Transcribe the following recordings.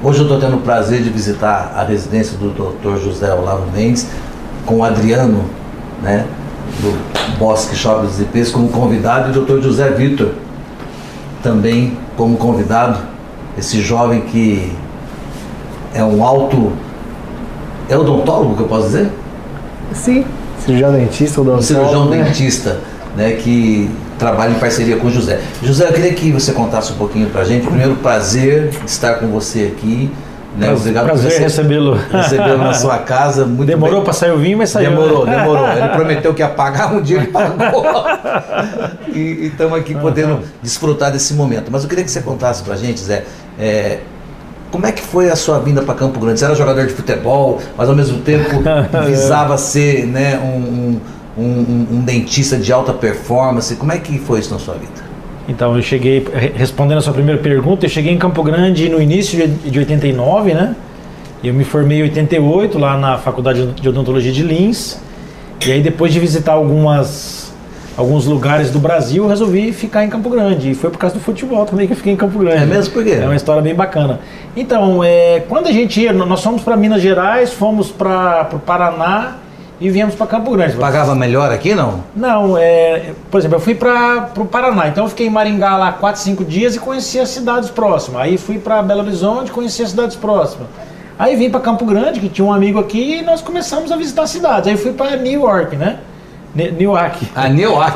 Hoje eu estou tendo o prazer de visitar a residência do Dr. José Olavo Mendes com o Adriano, né, do Bosque Shopping dos IPs, como convidado, e o Dr. José Vitor também como convidado. Esse jovem que é um é odontólogo, que eu posso dizer? Sim, cirurgião dentista, odontólogo. Um cirurgião dentista, né, que trabalha em parceria com o José. José, eu queria que você contasse um pouquinho pra gente. Primeiro, prazer de estar com você aqui. Né? Obrigado prazer por recebê-lo na sua casa. Muito demorou para sair o vinho, mas saiu. Demorou. Ele prometeu que ia pagar, um dia ele pagou. E estamos aqui podendo desfrutar desse momento. Mas eu queria que você contasse pra gente, Zé, como é que foi a sua vinda para Campo Grande? Você era jogador de futebol, mas ao mesmo tempo visava ser, né, um dentista de alta performance. Como é que foi isso na sua vida? Então, eu cheguei, respondendo a sua primeira pergunta, eu cheguei em Campo Grande no início de 89, né? Eu me formei em 88 lá na Faculdade de Odontologia de Lins. E aí, depois de visitar alguns lugares do Brasil, eu resolvi ficar em Campo Grande. E foi por causa do futebol também que eu fiquei em Campo Grande. É mesmo? Por quê? É uma história bem bacana. Então, quando a gente ia, nós fomos para Minas Gerais, fomos para o Paraná e viemos para Campo Grande. Pagava melhor aqui, não? Não, por exemplo, eu fui para o Paraná, então eu fiquei em Maringá lá 4, 5 dias e conheci as cidades próximas. Aí fui para Belo Horizonte, conheci as cidades próximas. Aí vim para Campo Grande, que tinha um amigo aqui, e nós começamos a visitar cidades. Aí fui para New York, né? Newark. Newark.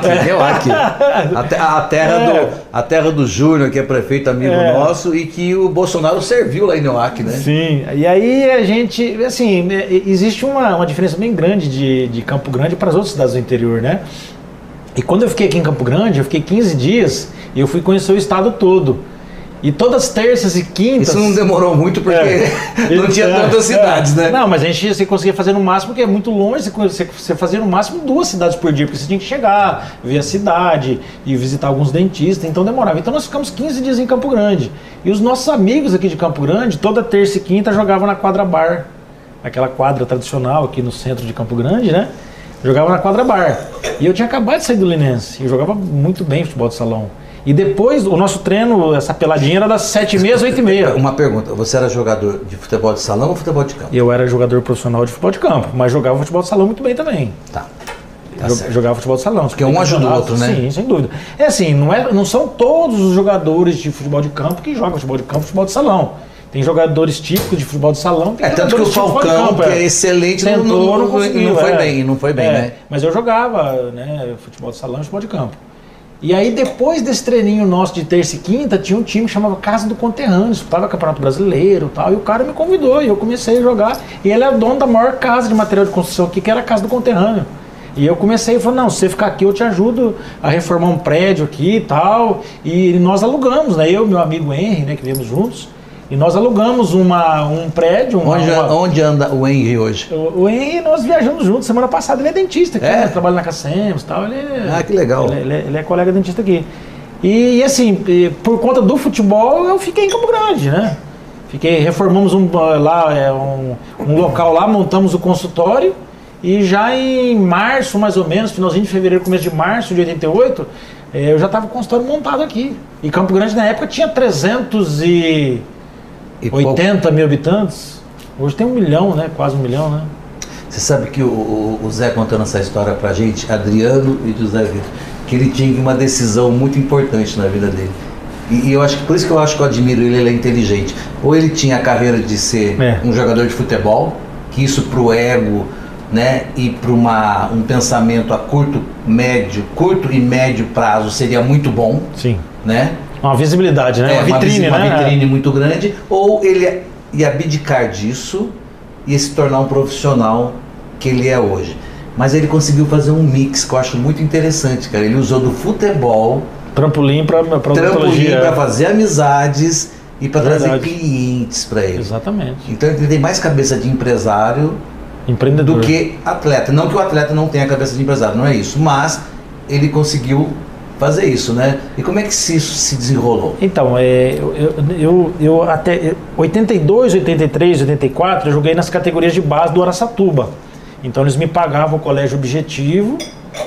A terra do Júnior, que é prefeito amigo nosso, e que o Bolsonaro serviu lá em Newark, né? Sim, e aí a gente, assim, existe uma diferença bem grande de Campo Grande para as outras cidades do interior, né? E quando eu fiquei aqui em Campo Grande, eu fiquei 15 dias e eu fui conhecer o estado todo. E todas as terças e quintas... Isso não demorou muito porque não tinha tantas cidades, né? Não, mas você conseguia fazer no máximo, porque é muito longe, você fazia no máximo 2 cidades por dia, porque você tinha que chegar, ver a cidade e visitar alguns dentistas, então demorava. Então nós ficamos 15 dias em Campo Grande. E os nossos amigos aqui de Campo Grande, toda terça e quinta jogavam na quadra bar, aquela quadra tradicional aqui no centro de Campo Grande, né? Jogava na quadra bar. E eu tinha acabado de sair do Linense, eu jogava muito bem futebol de salão. E depois, o nosso treino, essa peladinha era das 7h30 às 8h30. Uma pergunta, você era jogador de futebol de salão ou futebol de campo? Eu era jogador profissional de futebol de campo, mas jogava futebol de salão muito bem também. Tá jogava futebol de salão. Porque um ajuda o outro, né? Sim, sem dúvida. É assim, não são todos os jogadores de futebol de campo que jogam futebol de campo e futebol de salão. Tem jogadores típicos de futebol de salão. Tanto que o Falcão, que é excelente, não foi bem, né? Mas eu jogava, né, futebol de salão e futebol de campo. E aí, depois desse treininho nosso de terça e quinta, tinha um time que chamava Casa do Conterrâneo, disputava Campeonato Brasileiro e tal, e o cara me convidou, e eu comecei a jogar, e ele era dono da maior casa de material de construção aqui, que era a Casa do Conterrâneo. E eu comecei e falei, não, se você ficar aqui, eu te ajudo a reformar um prédio aqui e tal, e nós alugamos, né, eu e meu amigo Henry, né, que viemos juntos, e nós alugamos um prédio. Onde anda o Henry hoje? O Henry, nós viajamos juntos. Semana passada ele é dentista aqui, né? Trabalha na Cacems e tal. Que legal. Ele é colega dentista aqui. E assim, por conta do futebol, eu fiquei em Campo Grande, né? Reformamos um local lá, montamos o consultório. E já em março, mais ou menos, finalzinho de fevereiro, começo de março de 88, eu já estava com o consultório montado aqui. E Campo Grande, na época, tinha 380 mil habitantes. Hoje tem 1 milhão, né? Quase 1 milhão, né? Você sabe que o Zé contando essa história pra gente, Adriano e José Vitor, que ele tinha uma decisão muito importante na vida dele. E eu acho que por isso que eu admiro ele é inteligente. Ou ele tinha a carreira de ser um jogador de futebol, que isso pro ego, né, e para um pensamento a curto e médio prazo seria muito bom. Sim. Né? Uma visibilidade, né? Uma vitrine, uma vitrine muito grande. Ou ele ia abdicar disso e ia se tornar um profissional que ele é hoje. Mas ele conseguiu fazer um mix que eu acho muito interessante, cara. Ele usou do futebol, trampolim para fazer amizades e para trazer clientes para ele. Exatamente. Então ele tem mais cabeça de empresário, empreendedor, do que atleta. Não que o atleta não tenha a cabeça de empresário, não é isso. Mas ele conseguiu fazer isso, né? E como é que isso se desenrolou? Então, eu até 82, 83, 84, eu joguei nas categorias de base do Araçatuba. Então eles me pagavam o colégio objetivo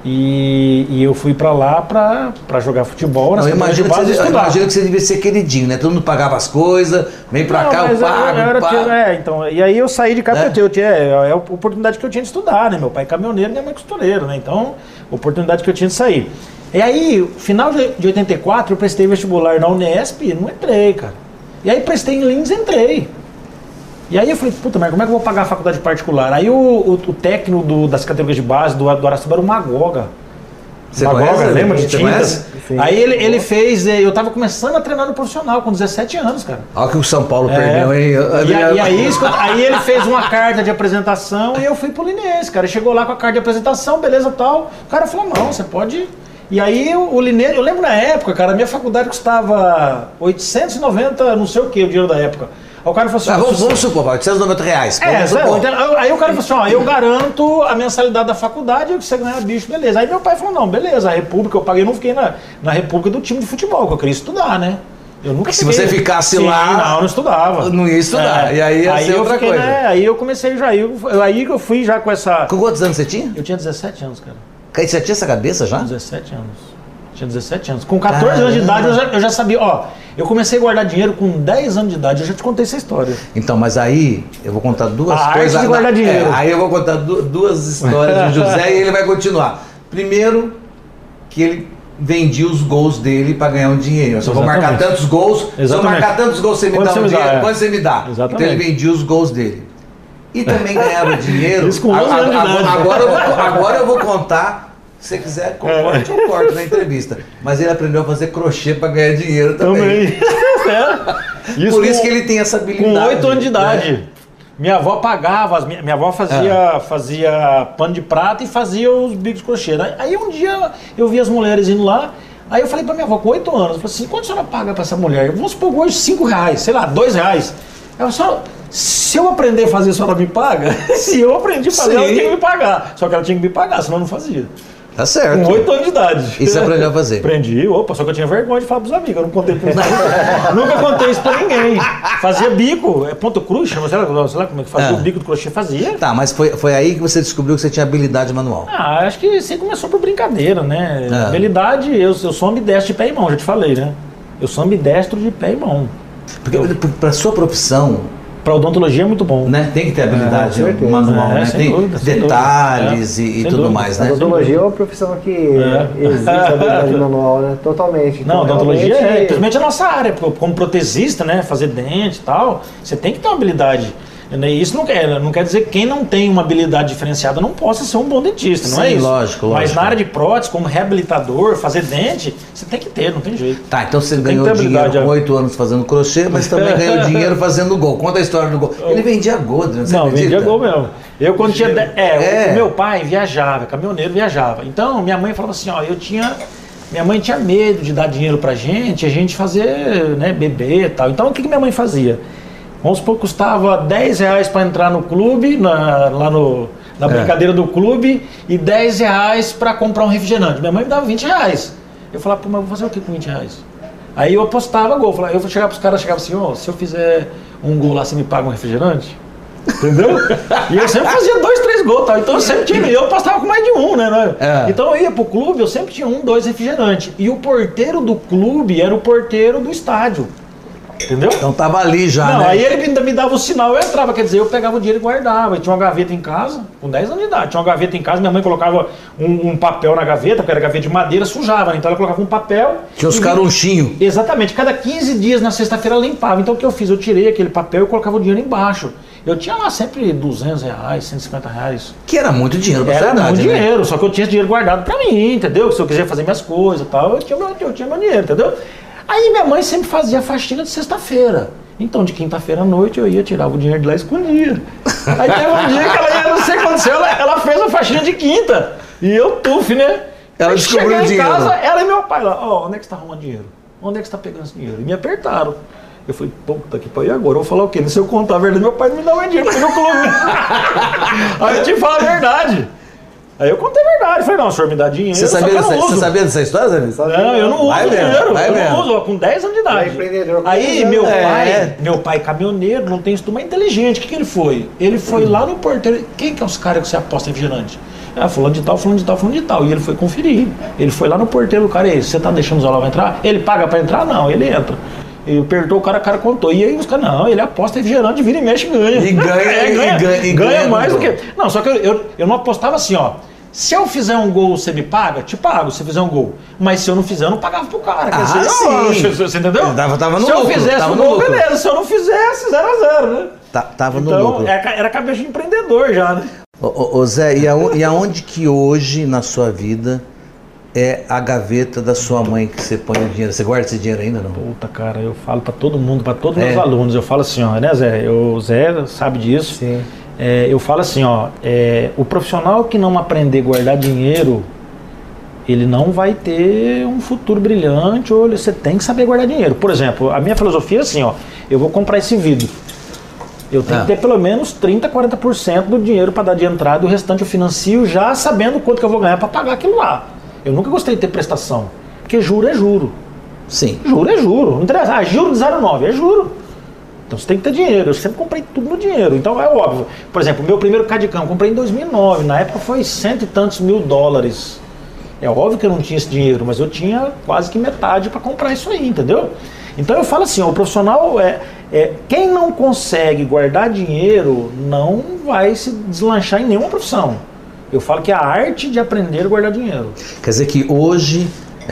E eu fui pra lá pra jogar futebol. Eu imagino que você devia ser queridinho, né? Todo mundo pagava as coisas, vem pra cá, eu pago. Então, e aí eu saí de cá, porque é a oportunidade que eu tinha de estudar, né? Meu pai é caminhoneiro, minha mãe é costureiro, né? Então, oportunidade que eu tinha de sair. E aí, final de 84, eu prestei vestibular na Unesp e não entrei, cara. E aí prestei em Lins e entrei. E aí eu falei, puta, mas como é que eu vou pagar a faculdade particular? Aí o técnico das categorias de base do Araçuba era o Magoga. Você Magoga, conhece? lembra de Você tintas? Aí ele fez, eu tava começando a treinar no profissional com 17 anos, cara. Olha que o São Paulo perdeu, hein? E aí ele fez uma carta de apresentação e eu fui pro Linense, cara. Chegou lá com a carta de apresentação, beleza, tal. O cara falou, não, você pode... E aí o Linense, eu lembro na época, cara, a minha faculdade custava 890, não sei o que, o dinheiro da época. Aí o cara falou assim... vamos supor, R$890. Aí o cara falou assim, ó, eu garanto a mensalidade da faculdade e você ganhar bicho, beleza. Aí meu pai falou, não, beleza, a República, eu paguei, não fiquei na República do time de futebol, que eu queria estudar, né? Eu nunca Se você ficasse lá... não estudava. Não ia estudar, e aí ia ser outra coisa. Aí eu comecei já, aí que eu fui já com essa... Com quantos anos você tinha? Eu tinha 17 anos, cara. Você tinha essa cabeça já? 17 anos. Tinha 17 anos. Com 14 anos de idade eu já sabia, ó, eu comecei a guardar dinheiro com 10 anos de idade, eu já te contei essa história. Então, mas aí eu vou contar duas coisas. De guardar dinheiro. Aí eu vou contar duas histórias do José e ele vai continuar. Primeiro, que ele vendia os gols dele para ganhar um dinheiro. Eu só vou marcar tantos gols, se eu marcar tantos gols você me dá um dinheiro, quanto você me dá? Exatamente. Então ele vendia os gols dele. E também ganhava dinheiro. Isso com 11 anos de idade. Agora eu vou contar. Se você quiser, concorde, eu corto na entrevista. Mas ele aprendeu a fazer crochê para ganhar dinheiro também. Por isso que ele tem essa habilidade. Com 8 anos de idade. Né? Minha avó pagava, minha avó fazia pano de prata e fazia os bicos de crochê. Aí um dia eu vi as mulheres indo lá, aí eu falei para minha avó, com 8 anos, eu falei assim, quanto a senhora paga para essa mulher? Vamos supor hoje R$5, sei lá, R$2. Ela falou, se eu aprender a fazer, a senhora me paga? Se eu aprendi a fazer, ela tinha que me pagar. Só que ela tinha que me pagar, senão eu não fazia. Tá certo. Com 8 anos de idade. E você aprendeu a fazer? Aprendi, só que eu tinha vergonha de falar pros amigos, eu não contei pros amigos. Nunca contei isso pra ninguém. Fazia bico, ponto cruz, sei lá como é que fazia o bico do crochê, fazia. Tá, mas foi aí que você descobriu que você tinha habilidade manual? Acho que você começou por brincadeira, né? Habilidade, eu sou ambidestro de pé e mão, já te falei, né? Eu sou ambidestro de pé e mão. Porque pra sua profissão... Para odontologia é muito bom. Né? Tem que ter habilidade manual, né? Tem dúvida, detalhes e tudo mais, né? A odontologia é uma profissão que exige habilidade manual, né? Totalmente. Então, não, odontologia principalmente a nossa área, como protesista, né? Fazer dente e tal, você tem que ter uma habilidade. Isso não quer dizer que quem não tem uma habilidade diferenciada não possa ser um bom dentista, não é isso? Lógico. Mas na área de prótese, como reabilitador, fazer dente, você tem que ter, não tem jeito. Tá, então você ganhou dinheiro com 8 anos fazendo crochê, mas também ganhou dinheiro fazendo gol. Conta a história do gol. Ele vendia gol, né? Não, vendia gol mesmo. Eu quando tinha... O meu pai viajava, caminhoneiro viajava. Então minha mãe falava assim, minha mãe tinha medo de dar dinheiro pra gente, a gente fazer, né, beber e tal. Então o que minha mãe fazia? Vamos supor que custava R$10 para entrar no clube, lá na brincadeira do clube, e R$10 para comprar um refrigerante. Minha mãe me dava R$20. Eu falava, pô, mas eu vou fazer o que com R$20? Aí eu apostava gol. Eu vou chegar para os caras, chegava assim, se eu fizer um gol lá, você me paga um refrigerante? Entendeu? E eu sempre fazia 2, 3 gols, tal. Então eu sempre tinha, eu apostava com mais de um, né? Então eu ia pro clube, eu sempre tinha 1, 2 refrigerantes. E o porteiro do clube era o porteiro do estádio. Entendeu? Então tava ali já, né? Aí ele me dava o sinal, eu entrava, quer dizer, eu pegava o dinheiro e guardava. Eu tinha uma gaveta em casa, com 10 anos de idade, tinha uma gaveta em casa, minha mãe colocava um papel na gaveta, porque era gaveta de madeira, sujava, né? Então ela colocava um papel. Tinha os carunchinhos. Exatamente, cada 15 dias na sexta-feira ela limpava. Então o que eu fiz? Eu tirei aquele papel e colocava o dinheiro embaixo. Eu tinha lá sempre R$200, R$150. Que era muito dinheiro pra sua idade, muito dinheiro, só que eu tinha esse dinheiro guardado pra mim, entendeu? Se eu quiser fazer minhas coisas e tal, eu tinha meu dinheiro, entendeu? Aí minha mãe sempre fazia faxina de sexta-feira. Então, de quinta-feira à noite, eu ia, tirava o dinheiro de lá e escondia. Aí teve um dia que ela ia, não sei o que aconteceu, ela fez a faxina de quinta. E eu né? Ela descobriu o dinheiro. Cheguei em casa, ela e meu pai lá, onde é que você tá arrumando dinheiro? Onde é que você tá pegando esse dinheiro? E me apertaram. Eu falei, puta que pariu, e agora? Eu vou falar o quê? Se eu contar a verdade, meu pai não me dá mais dinheiro, porque eu coloquei. Aí eu tive que falar a verdade. Aí eu contei a verdade, falei, não, o senhor me dá dinheiro. Você sabia dessa história, Zé? Não, eu não uso dinheiro, eu não uso, com 10 anos de idade. Aí meu pai caminhoneiro, não tem estudo, mas inteligente, o que ele foi? Ele foi lá no porteiro, quem que é os caras que você aposta refrigerante? Fulano de tal, fulano de tal, fulano de tal. E ele foi conferir. Ele foi lá no porteiro, o cara, você tá deixando o Zé Olavo entrar? Ele paga pra entrar? Não, ele entra. Ele perguntou, o cara contou. E aí os caras, não, ele aposta refrigerante, vira e mexe e ganha. E ganha mais do que... Não, só que eu não apostava assim, ó. Se eu fizer um gol, você me paga? Te pago se fizer um gol. Mas se eu não fizer, eu não pagava pro cara. Quer dizer, sim. Você entendeu? Tava no se lucro, eu fizesse um gol, beleza. Se eu não fizesse, 0-0, né? Tava no então, lucro. Era cabeça de empreendedor já, né? Ô Zé, e aonde que hoje na sua vida é a gaveta da sua mãe que você põe o dinheiro? Você guarda esse dinheiro ainda, não? Puta, cara, eu falo pra todo mundo, pra todos os meus alunos. Eu falo assim, ó, né, Zé? O Zé sabe disso. Sim. Eu falo assim, ó, o profissional que não aprender a guardar dinheiro, ele não vai ter um futuro brilhante, ou você tem que saber guardar dinheiro. Por exemplo, a minha filosofia é assim, ó, eu vou comprar esse vidro. Eu tenho que ter pelo menos 30%, 40% do dinheiro para dar de entrada, o restante eu financio já sabendo quanto que eu vou ganhar para pagar aquilo lá. Eu nunca gostei de ter prestação, porque juro é juro. Sim. Juro é juro. Não interessa, juro de 0,9, é juro. Então você tem que ter dinheiro, eu sempre comprei tudo no dinheiro, então é óbvio. Por exemplo, o meu primeiro Cadicam eu comprei em 2009, na época foi $100 e tantos mil. É óbvio que eu não tinha esse dinheiro, mas eu tinha quase que metade para comprar isso aí, entendeu? Então eu falo assim, ó, o profissional quem não consegue guardar dinheiro não vai se deslanchar em nenhuma profissão. Eu falo que é a arte de aprender a guardar dinheiro. Quer dizer que hoje,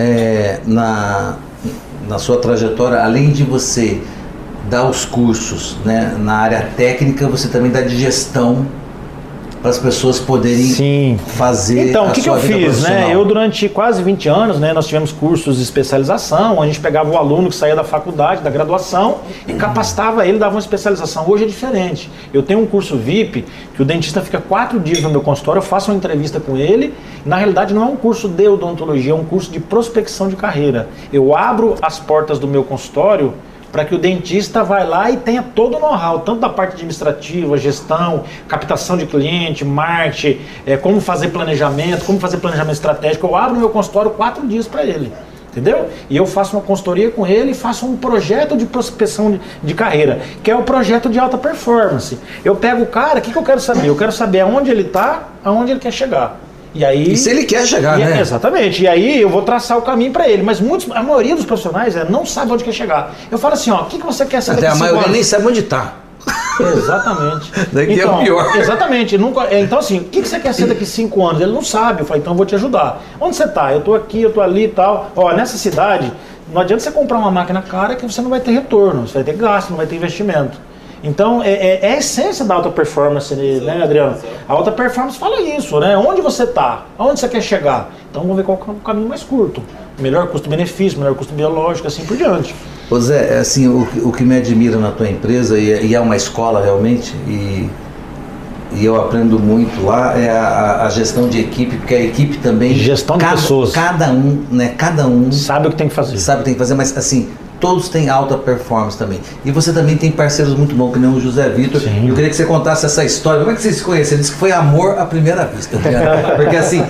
na sua trajetória, além de você dar os cursos, né, na área técnica, você também dá de gestão para as pessoas poderem fazer então, a sua vida profissional. Então, o que eu fiz, né? Eu, durante quase 20 anos, né, nós tivemos cursos de especialização, a gente pegava o aluno que saía da faculdade, da graduação, e capacitava ele, dava uma especialização. Hoje é diferente. Eu tenho um curso VIP, que o dentista fica 4 dias no meu consultório, eu faço uma entrevista com ele. Na realidade, não é um curso de odontologia, é um curso de prospecção de carreira. Eu abro as portas do meu consultório para que o dentista vá lá e tenha todo o know-how, tanto da parte administrativa, gestão, captação de cliente, marketing, como fazer planejamento estratégico. Eu abro meu consultório 4 dias para ele, entendeu? E eu faço uma consultoria com ele e faço um projeto de prospecção de carreira, que é o projeto de alta performance. Eu pego o cara, o que eu quero saber? Eu quero saber aonde ele está, aonde ele quer chegar. E se ele quer chegar, né? Exatamente. E aí eu vou traçar o caminho para ele. Mas a maioria dos profissionais não sabe onde quer chegar. Eu falo assim, ó, o que você quer saber? Até a maioria nem sabe onde está. Exatamente. Daqui então, é o pior. Exatamente. Então assim, o que você quer ser daqui 5 anos? Ele não sabe. Eu falei, então eu vou te ajudar. Onde você está? Eu estou aqui, eu estou ali e tal. Ó, nessa cidade, não adianta você comprar uma máquina cara que você não vai ter retorno. Você vai ter gasto, não vai ter investimento. Então, é a essência da alta performance, né, Adriano? A alta performance fala isso, né? Onde você está? Aonde você quer chegar? Então, vamos ver qual é o caminho mais curto. Melhor custo-benefício, melhor custo biológico, assim por diante. Ô Zé, assim, o que me admira na tua empresa, e é uma escola realmente, e eu aprendo muito lá, é a gestão de equipe, porque a equipe também... Gestão de pessoas. Cada um... Sabe o que tem que fazer. Sabe o que tem que fazer, mas assim... Todos têm alta performance também. E você também tem parceiros muito bons, que nem o José Vitor. Sim. Eu queria que você contasse essa história. Como é que vocês se conheceram? Ele disse que foi amor à primeira vista. Porque assim,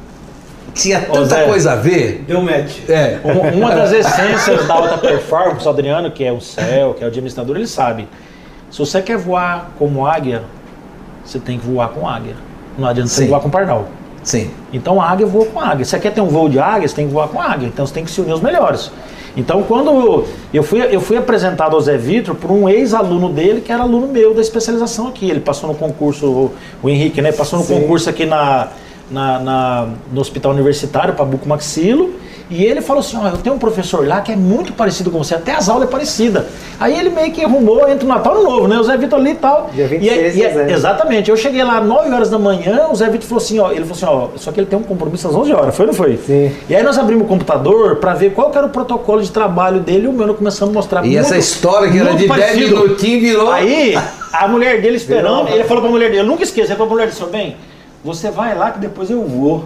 tinha tanta coisa a ver. Deu match. Uma das essências da alta performance, o Adriano, que é o CEO, que é o administrador, ele sabe. Se você quer voar como águia, você tem que voar com águia. Não adianta você voar com pardal. Sim. Então a águia voa com águia. Se você quer ter um voo de águia, você tem que voar com águia. Então você tem que se unir aos melhores. Então, quando eu fui apresentado ao Zé Vitor por um ex-aluno dele, que era aluno meu da especialização aqui. Ele passou no concurso, o Henrique, né? Passou no concurso aqui no hospital universitário para bucomaxilo. E ele falou assim, eu tenho um professor lá que é muito parecido com você, até as aulas é parecida. Aí ele meio que arrumou entre o Natal e o Novo, né? O Zé Vitor ali e tal. Dia 26 de dezembro. Exatamente. Eu cheguei lá às 9 horas da manhã, o Zé Vitor falou assim, só que ele tem um compromisso às 11 horas, foi ou não foi? Sim. E aí nós abrimos o computador para ver qual que era o protocolo de trabalho dele e o meu nós começamos a mostrar. E essa história que era de 10 minutinhos virou... Aí, a mulher dele esperando, ele falou pra mulher dele, eu nunca esqueço, ele falou pra mulher dele, seu bem, você vai lá que depois eu vou.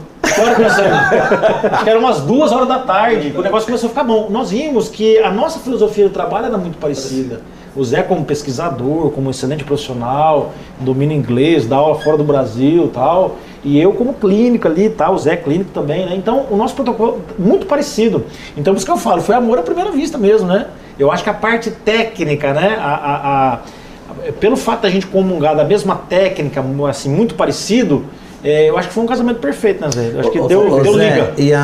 Acho que eram umas 2 horas da tarde, o negócio começou a ficar bom. Nós vimos que a nossa filosofia de trabalho era muito parecida. O Zé como pesquisador, como excelente profissional, domina inglês, dá aula fora do Brasil e tal. E eu como clínico ali e tal, o Zé clínico também, né? Então o nosso protocolo muito parecido. Então por isso que eu falo, foi amor à primeira vista mesmo, né? Eu acho que a parte técnica, né? Pelo fato da gente comungar da mesma técnica, assim, muito parecido, eu acho que foi um casamento perfeito, né, Zé? Eu acho que deu Zé, liga.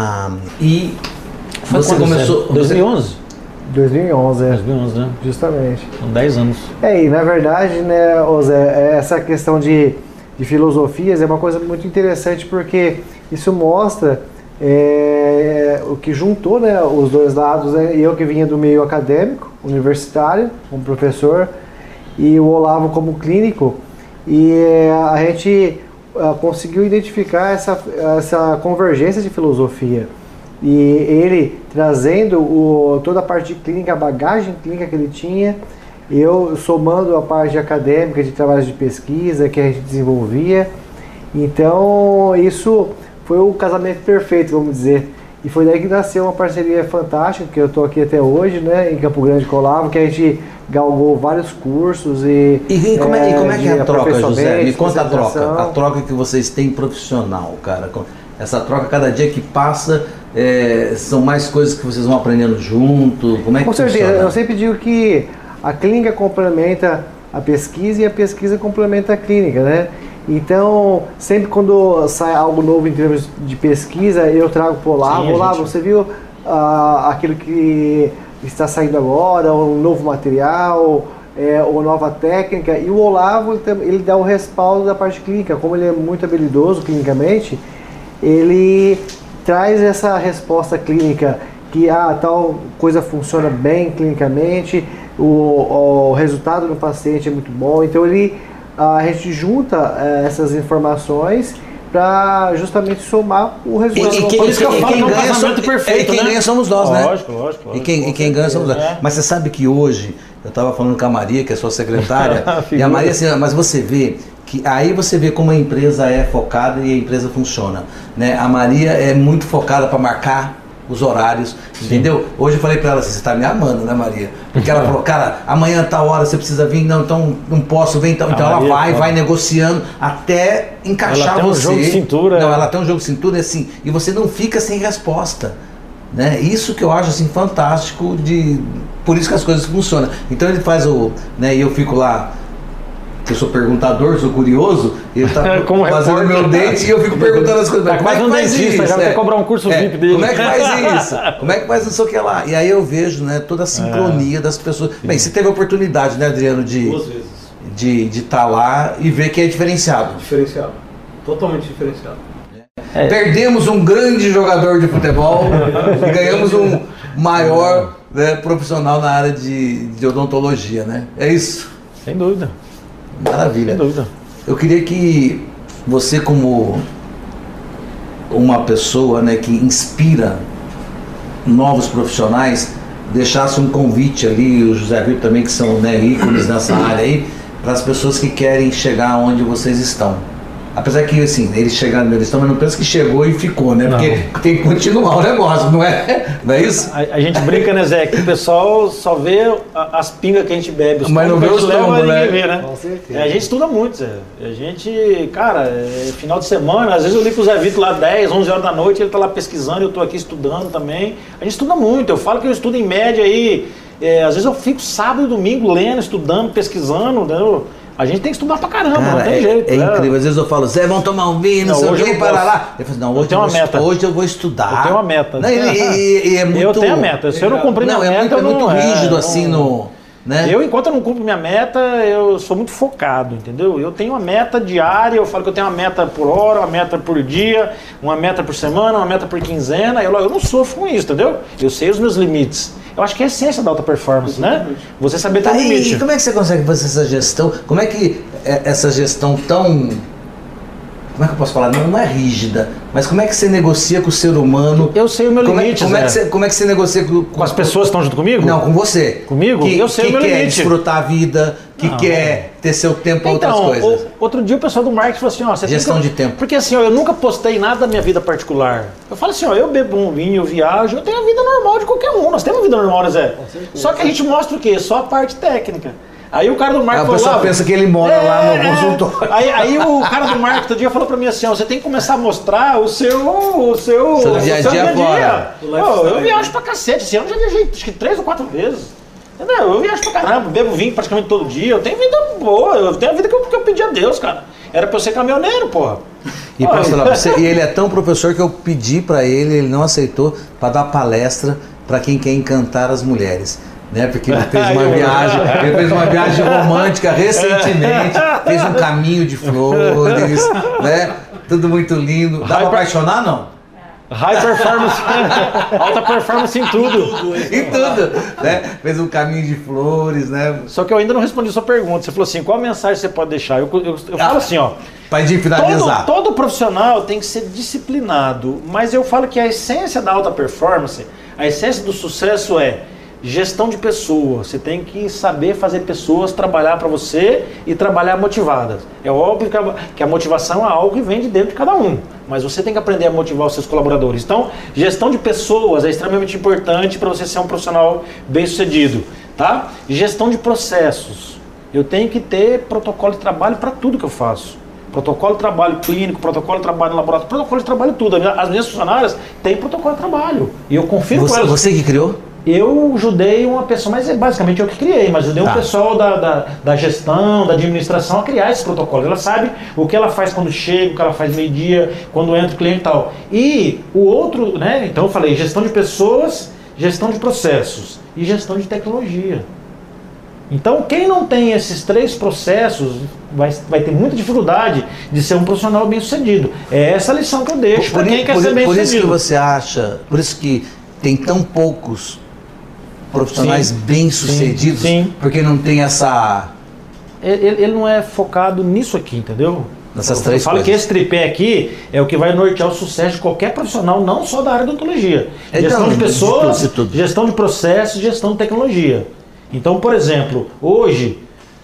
E Foi você quando, começou... Zé? 2011? 2011, 2011, né? justamente. São 10 anos. E na verdade, né, ô Zé, essa questão de filosofias é uma coisa muito interessante porque isso mostra o que juntou, né, os dois lados, né? Eu que vinha do meio acadêmico, universitário, como professor, e o Olavo como clínico, e a gente conseguiu identificar essa convergência de filosofia. E ele trazendo toda a parte de clínica, a bagagem clínica que ele tinha, eu somando a parte acadêmica de trabalhos de pesquisa que a gente desenvolvia. Então isso foi o casamento perfeito, vamos dizer. E foi daí que nasceu uma parceria fantástica, que eu estou aqui até hoje, né, em Campo Grande com o Olavo, que a gente galgou vários cursos e como é que é a troca, José? Me conta a troca que vocês têm profissional, cara. Essa troca, cada dia que passa, são mais coisas que vocês vão aprendendo junto? Como é que funciona? Com certeza, eu sempre digo que a clínica complementa a pesquisa e a pesquisa complementa a clínica, né? Então, sempre quando sai algo novo em termos de pesquisa, eu trago para o Olavo. Olavo, você viu aquilo que está saindo agora, um novo material, ou nova técnica? E o Olavo, ele dá o respaldo da parte clínica. Como ele é muito habilidoso clinicamente, ele traz essa resposta clínica que tal coisa funciona bem clinicamente, o resultado no paciente é muito bom. Então a gente junta essas informações para justamente somar o resultado. Quem ganha somos nós, né? Lógico. E quem ganha somos nós. Mas você sabe que hoje, eu estava falando com a Maria, que é sua secretária, e a Maria assim, mas você vê que aí você vê como a empresa é focada e a empresa funciona, né? A Maria é muito focada para marcar os horários, entendeu? Hoje eu falei para ela assim, você está me amando, né, Maria? Porque ela falou, cara, amanhã tal hora você precisa vir, não, então não posso vir, então ela vai negociando até encaixar você. Ela tem um jogo de cintura. Não, ela tem um jogo de cintura assim, e você não fica sem resposta, né? Isso que eu acho assim fantástico, por isso que as coisas funcionam. Então ele faz né, e eu fico lá, eu sou perguntador, sou curioso, ele tá fazendo meu dente e eu fico perguntando as coisas. Como é que faz isso? Já vai cobrar um curso VIP dele. Como é que faz isso? Como é que faz não sei o que lá? E aí eu vejo, né, toda a sincronia das pessoas. Sim. Bem, você teve a oportunidade, né, Adriano, duas vezes. De estar lá e ver que é diferenciado. Diferenciado. Totalmente diferenciado. Perdemos um grande jogador de futebol e ganhamos um maior, né, profissional na área de odontologia, né? É isso? Sem dúvida. Maravilha. Sem dúvida. Eu queria que você, como uma pessoa, né, que inspira novos profissionais, deixasse um convite ali, o José Vitor também, que são, né, ícones nessa área aí, para as pessoas que querem chegar onde vocês estão. Apesar que, assim, eles chegaram onde eles estão, mas não pensa que chegou e ficou, né? Porque tem que continuar o negócio, não é? Não é isso? A gente brinca, né, Zé? Que o pessoal só vê as pingas que a gente bebe. Mas não vê os tombos, né? Vê, né? Com certeza. A gente estuda muito, Zé. A gente, cara, final de semana, às vezes eu ligo pro Zé Vitor lá 10, 11 horas da noite, ele tá lá pesquisando, eu tô aqui estudando também. A gente estuda muito. Eu falo que eu estudo em média aí, às vezes eu fico sábado e domingo lendo, estudando, pesquisando, entendeu? A gente tem que estudar pra caramba, cara, não tem jeito. É incrível. Às vezes eu falo, Zé, vamos tomar um vinho, não sei o que, para lá. Eu falo, não, hoje eu vou estudar. Eu tenho uma meta. Não, e é muito... Eu tenho a meta. Se eu não cumprir minha meta, é muito rígido assim no... Né? Enquanto eu não cumpro minha meta, eu sou muito focado, entendeu? Eu tenho uma meta diária, eu falo que eu tenho uma meta por hora, uma meta por dia, uma meta por semana, uma meta por quinzena. Eu não sofro com isso, entendeu? Eu sei os meus limites. Eu acho que é a essência da alta performance, né? Você saber ter limite. E como é que você consegue fazer essa gestão? Como é que essa gestão tão... Como é que eu posso falar? Não é rígida, mas como é que você negocia com o ser humano? Eu sei o meu limite, como é que você negocia com as pessoas que estão junto comigo? Não, com você. Comigo? Eu sei o meu limite. Que quer desfrutar a vida, que quer ter seu tempo para outras coisas. Outro dia o pessoal do marketing falou assim, você gestão de tempo. Porque assim, eu nunca postei nada da minha vida particular. Eu falo assim, eu bebo um vinho, eu viajo, eu tenho a vida normal de qualquer um. Nós temos uma vida normal, né, Zé? Só que a gente mostra o quê? Só a parte técnica. Aí o cara do marketing falou... A pessoa pensa que ele mora lá no consultório. Aí o cara do marketing outro dia falou pra mim assim, você tem que começar a mostrar o seu dia a dia fora. Eu viajo pra cacete, esse ano eu já viajei acho que 3 ou 4 vezes. Entendeu? Eu viajo pra caramba, bebo vinho praticamente todo dia, eu tenho vida boa, eu tenho a vida que eu pedi a Deus, cara. Era pra eu ser caminhoneiro, porra. E posso falar pra você, e ele é tão professor que eu pedi pra ele não aceitou, pra dar palestra pra quem quer encantar as mulheres. Né? Porque ele fez uma viagem romântica recentemente, fez um caminho de flores, né? Tudo muito lindo. Dá pra apaixonar, não? High performance, alta performance em tudo. Em tudo, né? Fez um caminho de flores, né? Só que eu ainda não respondi a sua pergunta. Você falou assim, qual mensagem você pode deixar? Eu falo assim, ó. Para finalizar. Todo profissional tem que ser disciplinado, mas eu falo que a essência da alta performance, a essência do sucesso é gestão de pessoas. Você tem que saber fazer pessoas trabalhar para você e trabalhar motivadas. É óbvio que a motivação é algo que vem de dentro de cada um, mas você tem que aprender a motivar os seus colaboradores. Então, gestão de pessoas é extremamente importante para você ser um profissional bem-sucedido, tá? Gestão de processos. Eu tenho que ter protocolo de trabalho para tudo que eu faço. Protocolo de trabalho clínico, protocolo de trabalho no laboratório, protocolo de trabalho tudo. As minhas funcionárias têm protocolo de trabalho. E eu confio com elas. Você que criou? Eu ajudei uma pessoa, mas basicamente eu que criei, mas ajudei um pessoal da gestão, da administração a criar esse protocolo. Ela sabe o que ela faz quando chega, o que ela faz meio-dia, quando entra o cliente e tal. E o outro, né? Então eu falei gestão de pessoas, gestão de processos e gestão de tecnologia. Então quem não tem esses 3 processos vai ter muita dificuldade de ser um profissional bem-sucedido. É essa a lição que eu deixo para quem quer ser bem-sucedido. Por isso que você acha, por isso que tem tão poucos profissionais bem-sucedidos, porque não tem essa... Ele não é focado nisso aqui, entendeu? Nessas 3 coisas. Eu falo que esse tripé aqui é o que vai nortear o sucesso de qualquer profissional, não só da área de odontologia. Gestão de pessoas, gestão de processos, gestão de tecnologia. Então, por exemplo, hoje,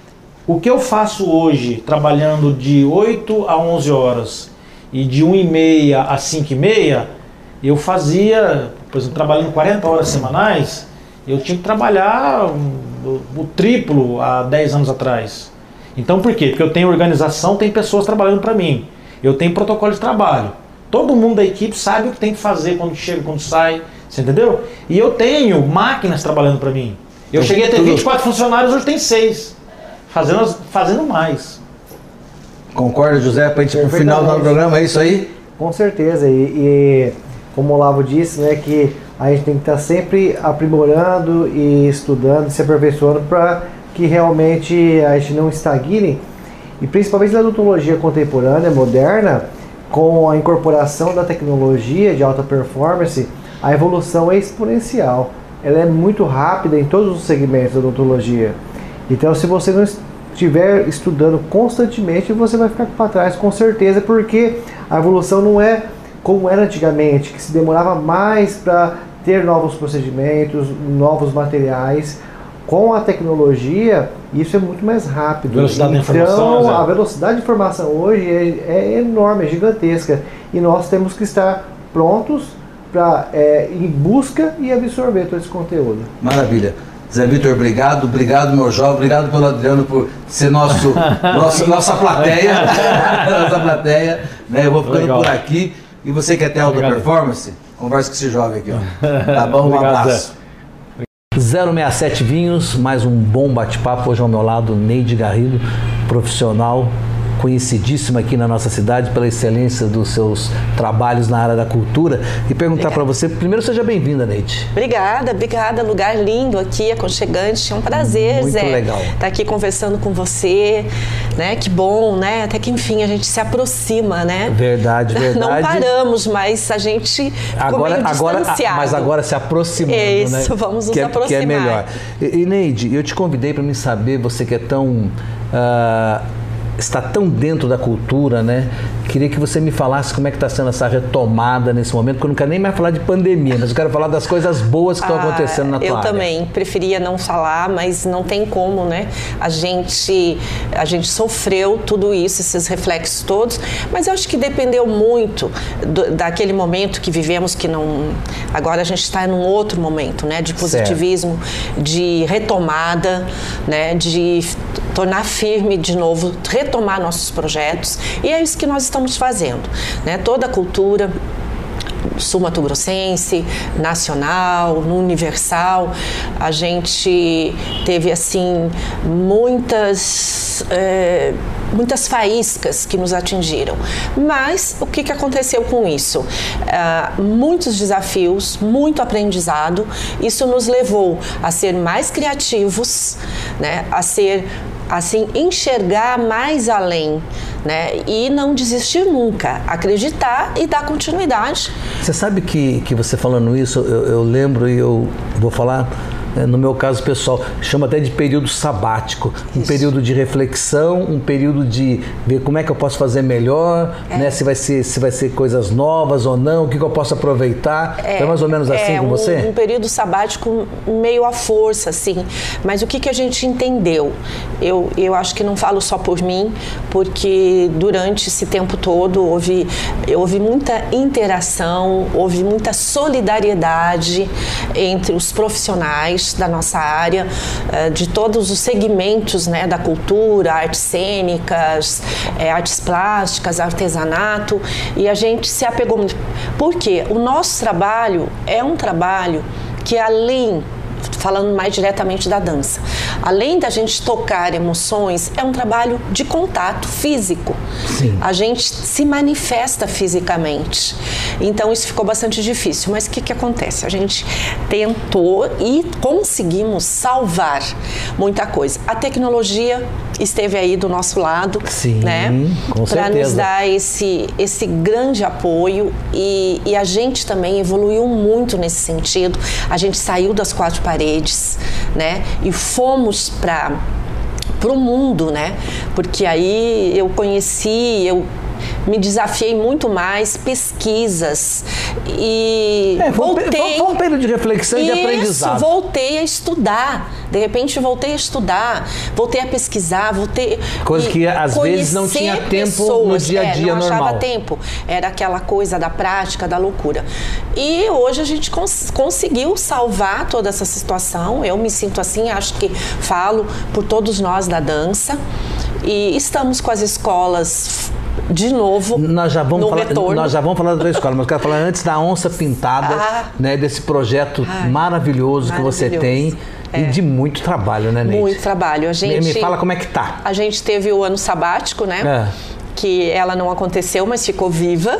o que eu faço hoje, trabalhando de 8 a 11 horas e de 1h30 a 5h30, eu fazia, por exemplo, trabalhando 40 horas semanais, eu tinha que trabalhar o triplo há 10 anos atrás. Então por quê? Porque eu tenho organização, tem pessoas trabalhando para mim. Eu tenho protocolo de trabalho. Todo mundo da equipe sabe o que tem que fazer quando chega, quando sai. Você entendeu? E eu tenho máquinas trabalhando para mim. Eu cheguei a ter 24 funcionários, hoje tem 6. Fazendo mais. Concorda, José? Para a gente ir para o final do programa, é isso aí? Com certeza. E como o Olavo disse, né, que a gente tem que estar sempre aprimorando e estudando, se aperfeiçoando para que realmente a gente não estagne. E principalmente na odontologia contemporânea, moderna, com a incorporação da tecnologia de alta performance, a evolução é exponencial. Ela é muito rápida em todos os segmentos da odontologia. Então, se você não estiver estudando constantemente, você vai ficar para trás com certeza, porque a evolução não é como era antigamente, que se demorava mais para ter novos procedimentos, novos materiais. Com a tecnologia, isso é muito mais rápido. Velocidade de informação, a velocidade de informação hoje é enorme, é gigantesca. E nós temos que estar prontos para em busca e absorver todo esse conteúdo. Maravilha. Zé Vitor, obrigado, meu jovem, obrigado pelo Adriano por ser nossa plateia, nossa plateia, né? Eu vou ficando por aqui. E você quer ter alta performance? Conversa com esse jovem aqui, ó. Tá bom? Um abraço. 067 Vinhos, mais um bom bate-papo. Hoje ao meu lado, Neide Garrido, profissional conhecidíssima aqui na nossa cidade pela excelência dos seus trabalhos na área da cultura. E perguntar para você, primeiro, seja bem-vinda, Neide. Obrigada, lugar lindo aqui, aconchegante, é um prazer, muito Zé, legal estar aqui conversando com você, né, que bom, né, até que enfim a gente se aproxima, né. Verdade. Não paramos, mas a gente ficou meio distanciado. Mas agora se aproximando, isso, né? Vamos nos aproximar. Que é melhor. E Neide, eu te convidei para me saber, você que é tão... está tão dentro da cultura, né? Queria que você me falasse como é que está sendo essa retomada nesse momento, porque eu não quero nem mais falar de pandemia, mas eu quero falar das coisas boas que estão acontecendo na tua área. Eu também preferia não falar, mas não tem como, né? A gente sofreu tudo isso, esses reflexos todos, mas eu acho que dependeu muito daquele momento que vivemos, que não... Agora a gente está num outro momento, né? De positivismo, de retomada, né? De tornar firme de novo, retomar nossos projetos, e é isso que nós estamos fazendo, né? Toda a cultura sul-mato-grossense, nacional, universal, a gente teve assim muitas muitas faíscas que nos atingiram. Mas o que aconteceu com isso? Muitos desafios, muito aprendizado. Isso nos levou a ser mais criativos, né? A ser, assim, enxergar mais além, né? E não desistir nunca, acreditar e dar continuidade. Você sabe que você falando isso, eu lembro e eu vou falar, no meu caso pessoal, chama até de período sabático, um período de reflexão, um período de ver como é que eu posso fazer melhor, né? Se vai ser coisas novas ou não, o que eu posso aproveitar. É mais ou menos assim com você? Um período sabático meio à força, assim. Mas o que a gente entendeu? Eu acho que não falo só por mim, porque durante esse tempo todo houve muita interação, houve muita solidariedade entre os profissionais da nossa área, de todos os segmentos, né, da cultura, artes cênicas, artes plásticas, artesanato, e a gente se apegou muito. Por quê? O nosso trabalho é um trabalho que, além, falando mais diretamente da dança, além da gente tocar emoções, é um trabalho de contato físico. Sim. A gente se manifesta fisicamente. Então isso ficou bastante difícil. Mas o que acontece? A gente tentou e conseguimos salvar muita coisa. A tecnologia esteve aí do nosso lado, sim, né? Com certeza. Para nos dar esse grande apoio, e a gente também evoluiu muito nesse sentido. A gente saiu das quatro paredes, né? E fomos para o mundo, né? Porque aí eu me desafiei muito mais, pesquisas, e voltei... Foi um período de reflexão e de aprendizado. Voltei a estudar. De repente voltei a estudar, voltei a pesquisar, coisa que às vezes não tinha tempo no dia a dia normal. Não achava tempo. Era aquela coisa da prática, da loucura. E hoje a gente conseguiu salvar toda essa situação. Eu me sinto assim, acho que falo por todos nós da dança. E estamos com as escolas de novo nós já vamos retorno. Nós já vamos falar da escola, mas eu quero falar antes da Onça Pintada, né, desse projeto maravilhoso que você tem. E de muito trabalho, né, Neide? Muito trabalho. Me fala como é que tá. A gente teve o ano sabático, né? Que ela não aconteceu, mas ficou viva.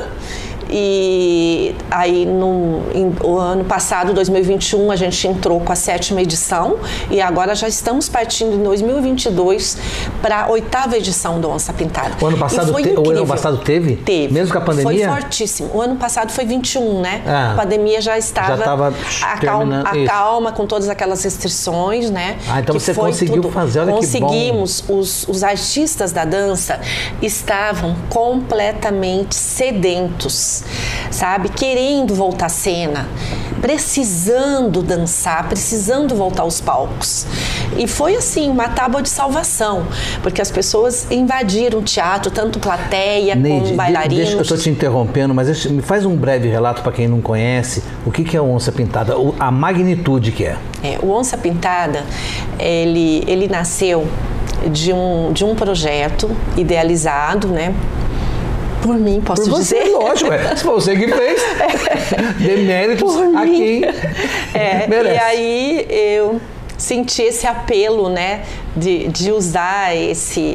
E aí, o ano passado, 2021, a gente entrou com a 7ª edição, e agora já estamos partindo em 2022 para a 8ª edição do Onça Pintada. O ano passado teve? Teve. Mesmo com a pandemia? Foi fortíssimo. O ano passado foi 21, né? A pandemia já estava acalma com todas aquelas restrições, né? Então você conseguiu fazer, olha que bom. Conseguimos. Os artistas da dança estavam completamente sedentos, sabe? Querendo voltar à cena, precisando dançar, precisando voltar aos palcos. E foi assim, uma tábua de salvação, porque as pessoas invadiram o teatro, tanto plateia como bailarinos. Eu estou te interrompendo, mas me faz um breve relato para quem não conhece, o que é o Onça Pintada, a magnitude que é. O Onça Pintada, ele nasceu de um projeto idealizado, né? Por mim, posso dizer? Lógico, se foi você que fez, dê méritos a quem merece. E aí eu senti esse apelo, né, de usar esse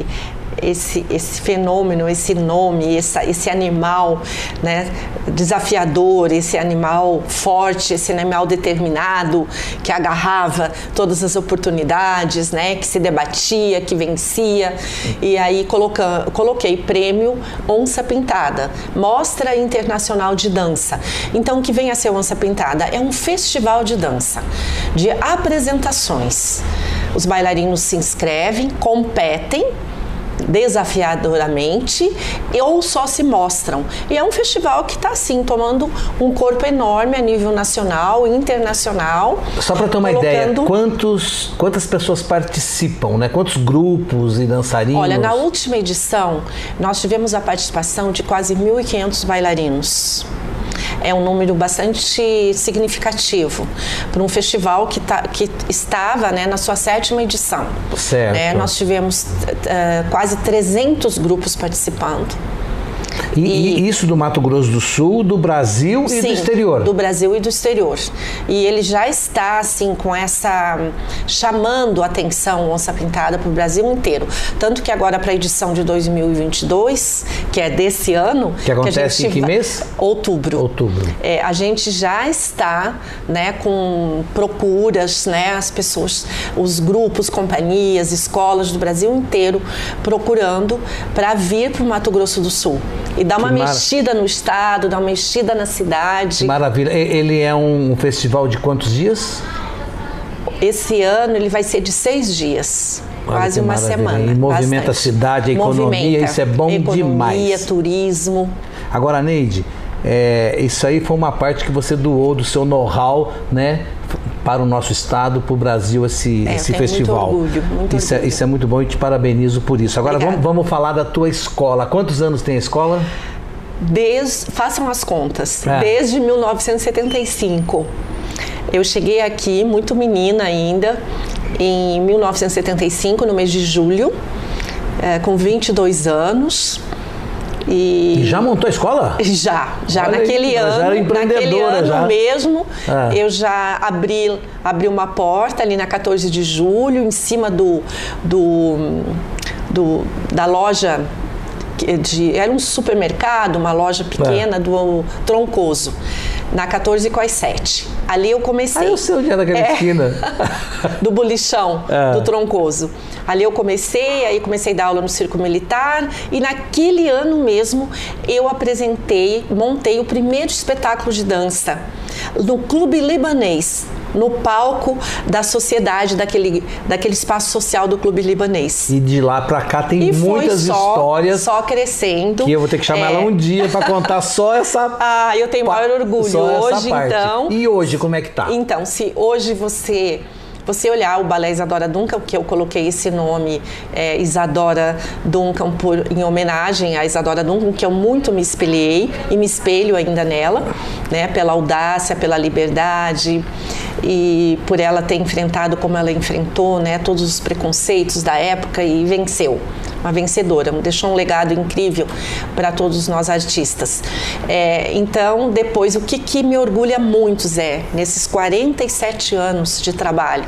fenômeno, esse nome, esse animal, né, desafiador, esse animal forte, esse animal determinado, que agarrava todas as oportunidades, né, que se debatia, que vencia. E aí coloquei prêmio Onça Pintada, Mostra Internacional de Dança. Então, o que vem a ser Onça Pintada? É um festival de dança, de apresentações. Os bailarinos se inscrevem, competem desafiadoramente ou só se mostram. E é um festival que está assim, tomando um corpo enorme a nível nacional e internacional. Só para ter uma ideia, quantas pessoas participam, né? Quantos grupos e dançarinos? Olha, na última edição nós tivemos a participação de quase 1.500 bailarinos. É um número bastante significativo para um festival que estava, né, na sua 7ª edição. Certo. Nós tivemos quase 300 grupos participando. E isso do Mato Grosso do Sul, do Brasil e do exterior? Do Brasil e do exterior. E ele já está, assim, com essa... chamando a atenção Onça Pintada para o Brasil inteiro. Tanto que agora para a edição de 2022, que é desse ano... Que acontece em que mês? Outubro. Outubro. A gente já está, né, com procuras, né, as pessoas, os grupos, companhias, escolas do Brasil inteiro procurando para vir para o Mato Grosso do Sul. E dar uma mexida no estado, dar uma mexida na cidade. Maravilha. Ele é um festival de quantos dias? Esse ano ele vai ser de 6 dias. Quase uma semana. E movimenta a cidade, a economia, isso é bom demais. Economia, turismo. Agora, Neide, isso aí foi uma parte que você doou do seu know-how, né, para o nosso estado, para o Brasil, esse festival. Muito orgulho. Isso é muito bom e te parabenizo por isso. Agora vamos falar da tua escola. Quantos anos tem a escola? Façam as contas. Desde 1975. Eu cheguei aqui muito menina ainda, em 1975, no mês de julho, com 22 anos. E já montou a escola? Já Olha naquele aí, ano, já era empreendedora, mesmo, eu já abri uma porta ali na 14 de julho, em cima da loja, era um supermercado, uma loja pequena do Troncoso, na 14 com as 7. Ali eu comecei. Eu sei onde é daquela esquina. Do bolichão, do Troncoso. Ali eu comecei a dar aula no Circo Militar e naquele ano mesmo eu montei o primeiro espetáculo de dança no Clube Libanês, no palco da sociedade, daquele espaço social do Clube Libanês. E de lá pra cá tem muitas histórias. Só crescendo. Que eu vou ter que chamar ela um dia pra contar só essa... eu tenho maior orgulho hoje, então. E hoje, como é que tá? Então, se hoje você olhar o Balé Isadora Duncan, que eu coloquei esse nome, Isadora Duncan, em homenagem a Isadora Duncan, que eu muito me espelhei e me espelho ainda nela, né, pela audácia, pela liberdade e por ela ter enfrentado como ela enfrentou, né, todos os preconceitos da época e venceu. Uma vencedora, deixou um legado incrível para todos nós artistas. Então, depois, o que me orgulha muito, Zé, nesses 47 anos de trabalho,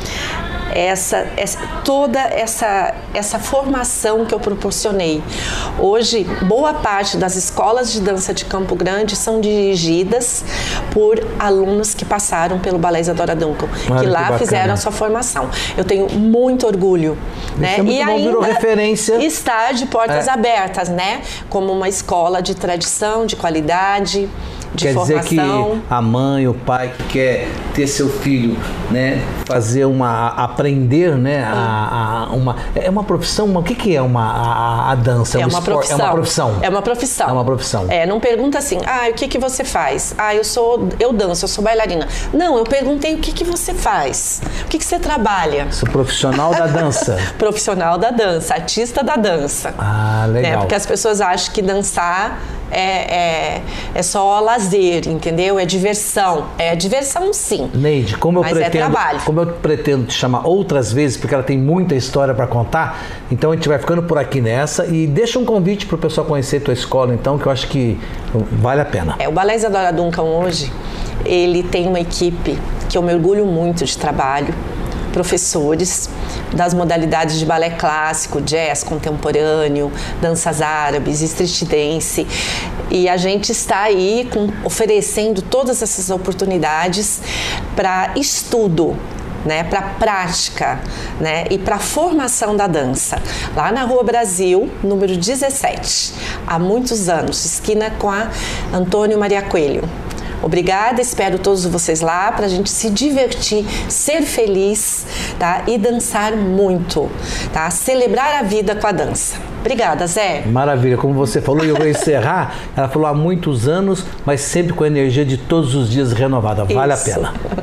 toda essa formação que eu proporcionei. Hoje, boa parte das escolas de dança de Campo Grande são dirigidas por alunos que passaram pelo Balé Isadora Duncan, que lá fizeram a sua formação. Eu tenho muito orgulho, né? E ainda referência. Está de portas abertas, né? Como uma escola de tradição, de qualidade, de quer formação. Dizer que a mãe, o pai que quer ter seu filho, né, fazer aprender, né, é uma profissão, o que é a dança? É uma profissão. É uma profissão. É uma profissão. É uma profissão. Não pergunta assim, o que você faz? Eu danço, eu sou bailarina. Não, eu perguntei o que você faz? O que você trabalha? Sou profissional da dança. Profissional da dança, artista da dança. Legal. Porque as pessoas acham que dançar é só lazer, entendeu? É diversão. É diversão, sim. Neide, mas é trabalho. Como eu pretendo te chamar outras vezes, porque ela tem muita história para contar, então a gente vai ficando por aqui nessa e deixa um convite para o pessoal conhecer a tua escola, então, que eu acho que vale a pena. O Balé Isadora Duncan hoje, ele tem uma equipe que eu me orgulho muito de trabalho, professores das modalidades de balé clássico, jazz, contemporâneo, danças árabes, street dance, e a gente está aí oferecendo todas essas oportunidades para estudo, né, para prática, né, e para formação da dança. Lá na Rua Brasil, número 17, há muitos anos, esquina com a Antônio Maria Coelho. Obrigada, espero todos vocês lá para a gente se divertir, ser feliz, tá? E dançar muito, tá? Celebrar a vida com a dança. Obrigada, Zé. Maravilha, como você falou, e eu vou encerrar, ela falou há muitos anos, mas sempre com a energia de todos os dias renovada. Vale a pena.